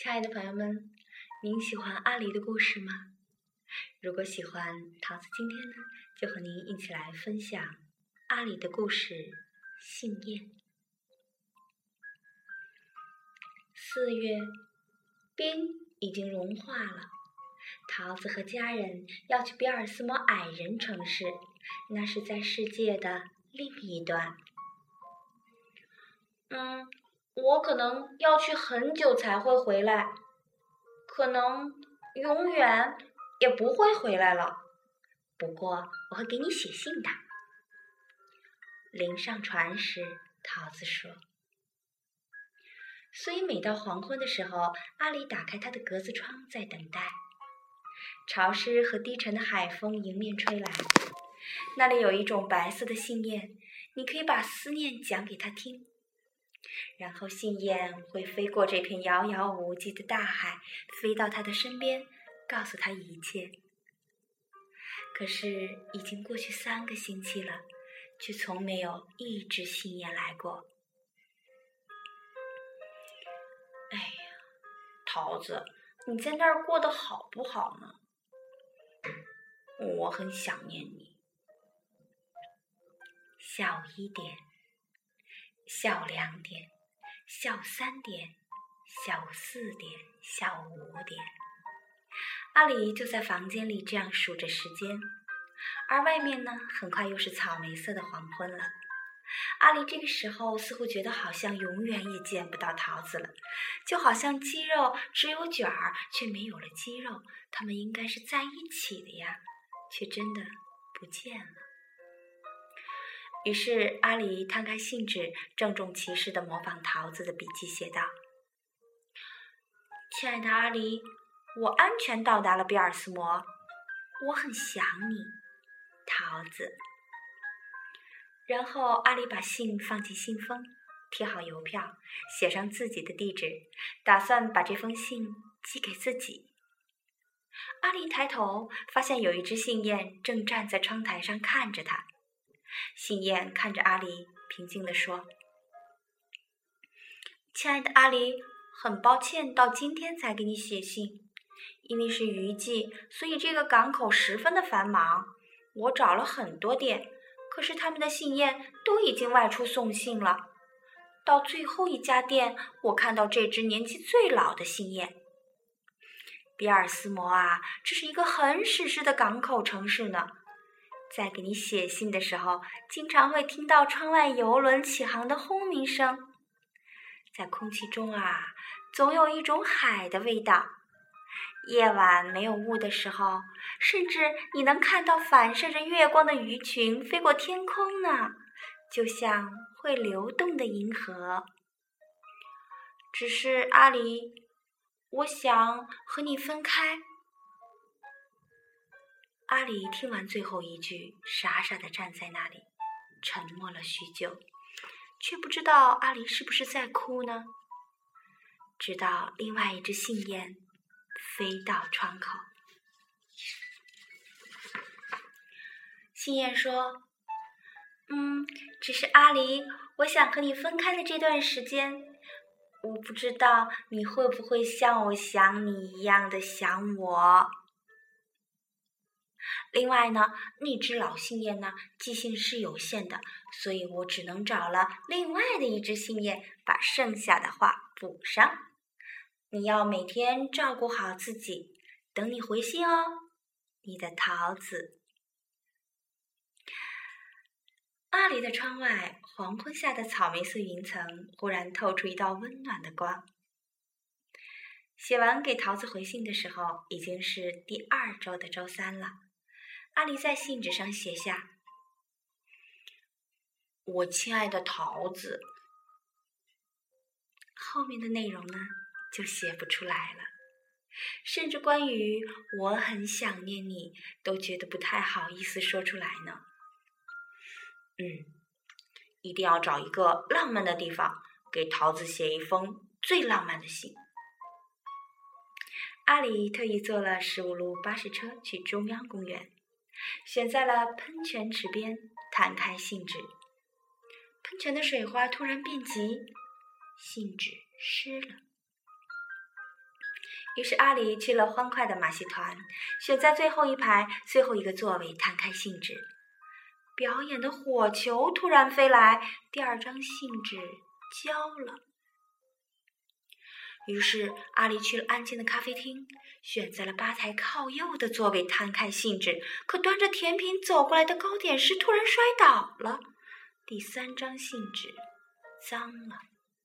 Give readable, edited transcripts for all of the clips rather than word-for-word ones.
亲爱的朋友们，您喜欢阿狸的故事吗？如果喜欢，桃子今天呢就和您一起来分享阿狸的故事《信燕》。4月，冰已经融化了，桃子和家人要去比尔斯摩矮人城市，那是在世界的另一端。我可能要去很久才会回来，可能永远也不会回来了。不过我会给你写信的。临上船时，桃子说。所以每到黄昏的时候，阿狸打开他的格子窗在等待。潮湿和低沉的海风迎面吹来，那里有一种白色的信燕，你可以把思念讲给他听。然后信燕会飞过这片遥遥无际的大海，飞到他的身边，告诉他一切。可是已经过去3个星期了，却从没有一只信燕来过。哎呀，桃子，你在那儿过得好不好呢？我很想念你。下午1点，下午2点，下午3点，下午4点，下午5点。阿狸就在房间里这样数着时间，而外面呢，很快又是草莓色的黄昏了。阿狸这个时候似乎觉得好像永远也见不到桃子了，就好像鸡肉只有卷儿却没有了鸡肉，它们应该是在一起的呀，却真的不见了。于是阿狸摊开信纸，郑重其事地模仿桃子的笔记写道：亲爱的阿狸，我安全到达了比尔斯摩，我很想你，桃子。然后阿狸把信放进信封，贴好邮票，写上自己的地址，打算把这封信寄给自己。阿狸抬头发现有一只信燕正站在窗台上看着他。信燕看着阿狸，平静地说：亲爱的阿狸，很抱歉到今天才给你写信，因为是雨季，所以这个港口十分的繁忙。我找了很多店，可是他们的信燕都已经外出送信了。到最后一家店，我看到这只年纪最老的信燕。比尔斯摩啊，这是一个很史诗的港口城市呢。在给你写信的时候，经常会听到窗外游轮起航的轰鸣声。在空气中啊，总有一种海的味道。夜晚没有雾的时候，甚至你能看到反射着月光的鱼群飞过天空呢，就像会流动的银河。只是阿狸，我想和你分开。阿狸听完最后一句，傻傻地站在那里，沉默了许久，却不知道阿狸是不是在哭呢。直到另外一只信燕飞到窗口。信燕说：只是阿狸，我想和你分开的这段时间，我不知道你会不会像我想你一样的想我。另外呢，那只老信燕呢，记性是有限的，所以我只能找了另外的一只信燕，把剩下的话补上。你要每天照顾好自己，等你回信哦，你的桃子。阿狸的窗外，黄昏下的草莓色云层忽然透出一道温暖的光。写完给桃子回信的时候，已经是第2周的周3了。阿狸在信纸上写下：我亲爱的桃子。后面的内容呢，就写不出来了，甚至关于我很想念你，都觉得不太好意思说出来呢。一定要找一个浪漫的地方，给桃子写一封最浪漫的信。阿狸特意坐了15路巴士车去中央公园，选在了喷泉池边，摊开信纸。喷泉的水花突然变急，信纸湿了。 于是阿里去了欢快的马戏团，选在最后一排最后一个座位，摊开信纸。表演的火球突然飞来，第2张信纸交了。于是阿里去了安静的咖啡厅，选在了吧台靠右的座位，摊开信纸。可端着甜品走过来的糕点师突然摔倒了，第3张信纸脏了。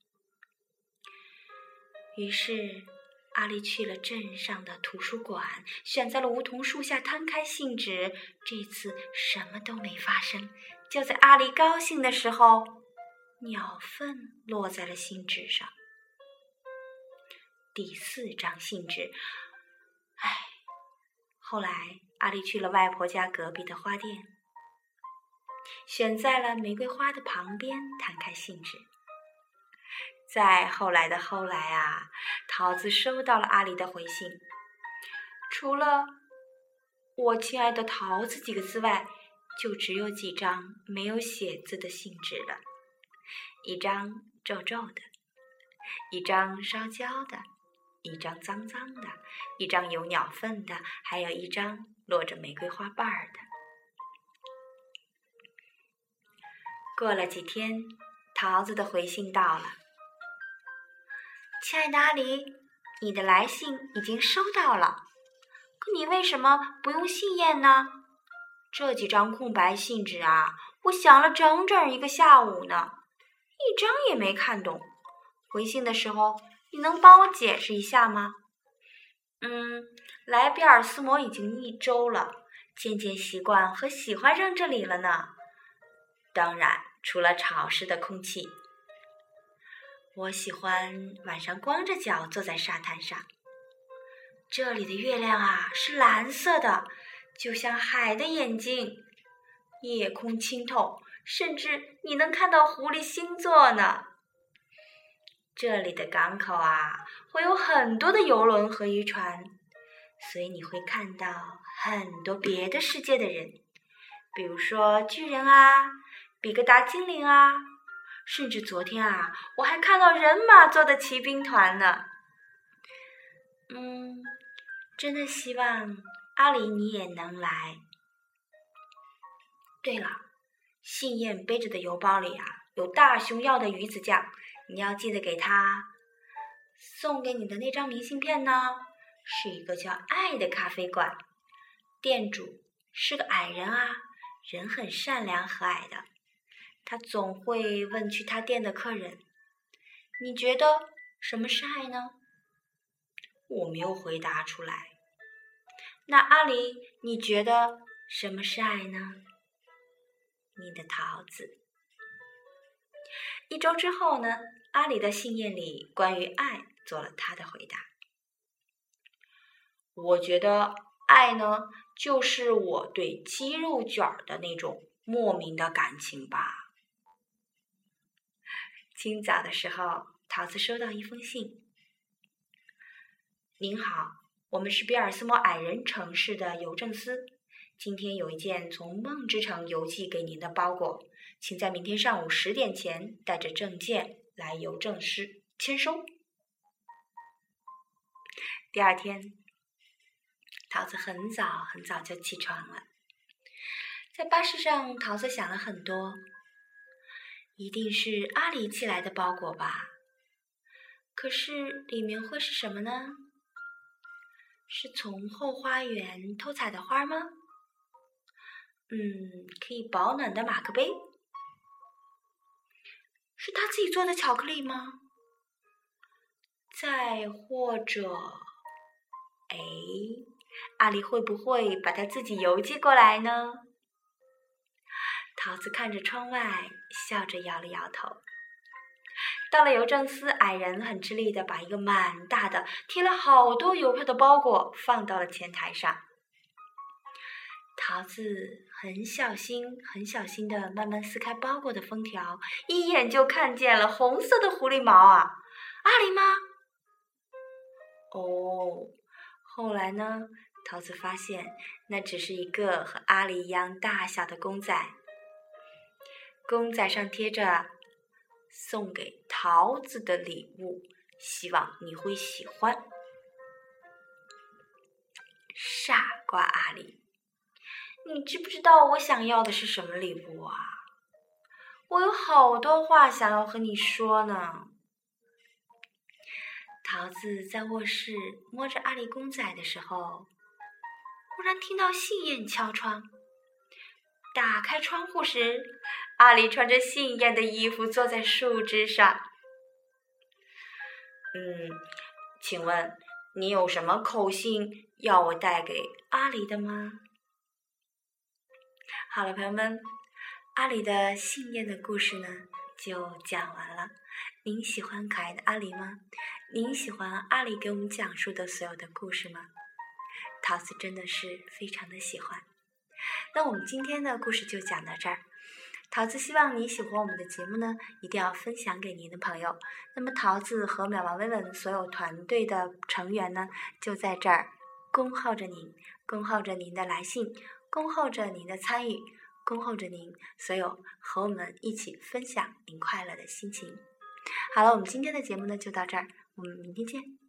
于是阿里去了镇上的图书馆，选在了梧桐树下，摊开信纸。这次什么都没发生。就在阿里高兴的时候，鸟粪落在了信纸上。第4张信纸，后来阿里去了外婆家隔壁的花店，选在了玫瑰花的旁边，摊开信纸。再后来的后来啊，桃子收到了阿里的回信，除了我亲爱的桃子几个字外，就只有几张没有写字的信纸了，一张皱皱的，一张烧焦的，一张脏脏的，一张有鸟粪的，还有一张落着玫瑰花瓣的。过了几天，桃子的回信到了。亲爱的阿里，你的来信已经收到了，可你为什么不用信笺呢？这几张空白信纸啊，我想了整整1个下午呢，一张也没看懂。回信的时候，你能帮我解释一下吗？来比尔斯摩已经1周了，渐渐习惯和喜欢上这里了呢。当然，除了潮湿的空气。我喜欢晚上光着脚坐在沙滩上，这里的月亮啊是蓝色的，就像海的眼睛，夜空清透，甚至你能看到狐狸星座呢。这里的港口啊会有很多的游轮和渔船，所以你会看到很多别的世界的人，比如说巨人啊，比格达精灵啊，甚至昨天啊，我还看到人马座的骑兵团呢。真的希望阿里你也能来。对了，信笺背着的邮包里啊，有大熊要的鱼子酱，你要记得给他。送给你的那张明信片呢，是一个叫爱的咖啡馆，店主是个矮人啊，人很善良和蔼的。他总会问去他店的客人，你觉得什么是爱呢？我没有回答出来。那阿里，你觉得什么是爱呢？你的桃子。1周之后呢，阿里的信笺里关于爱做了他的回答。我觉得爱呢，就是我对鸡肉卷的那种莫名的感情吧。清早的时候，桃子收到一封信。您好，我们是比尔斯摩矮人城市的邮政司，今天有一件从梦之城邮寄给您的包裹，请在明天上午10点前带着证件来邮政室签收。第2天，桃子很早就起床了。在巴士上，桃子想了很多，一定是阿里寄来的包裹吧？可是里面会是什么呢？是从后花园偷采的花吗？可以保暖的马克杯？是他自己做的巧克力吗？再或者，阿里会不会把他自己邮寄过来呢？桃子看着窗外，笑着摇了摇头。到了邮政司，矮人很吃力地把一个满大的贴了好多邮票的包裹放到了前台上。桃子很小心地慢慢撕开包裹的封条，一眼就看见了红色的狐狸毛啊！阿里吗？后来呢，桃子发现那只是一个和阿里一样大小的公仔，公仔上贴着送给桃子的礼物，希望你会喜欢。 傻瓜阿里，你知不知道我想要的是什么礼物啊？我有好多话想要和你说呢。桃子在卧室摸着阿里公仔的时候，忽然听到杏燕敲窗。打开窗户时，阿里穿着杏燕的衣服坐在树枝上。请问你有什么口信要我带给阿里的吗？好了，朋友们，阿里的杏燕的故事呢就讲完了。您喜欢可爱的阿里吗？您喜欢阿里给我们讲述的所有的故事吗？桃子真的是非常的喜欢。那我们今天的故事就讲到这儿。桃子希望你喜欢我们的节目呢，一定要分享给您的朋友。那么桃子和渺茫微文所有团队的成员呢，就在这儿恭候着您，恭候着您的来信，恭候着您的参与，恭候着您所有和我们一起分享您快乐的心情。好了，我们今天的节目呢就到这儿，我们明天见。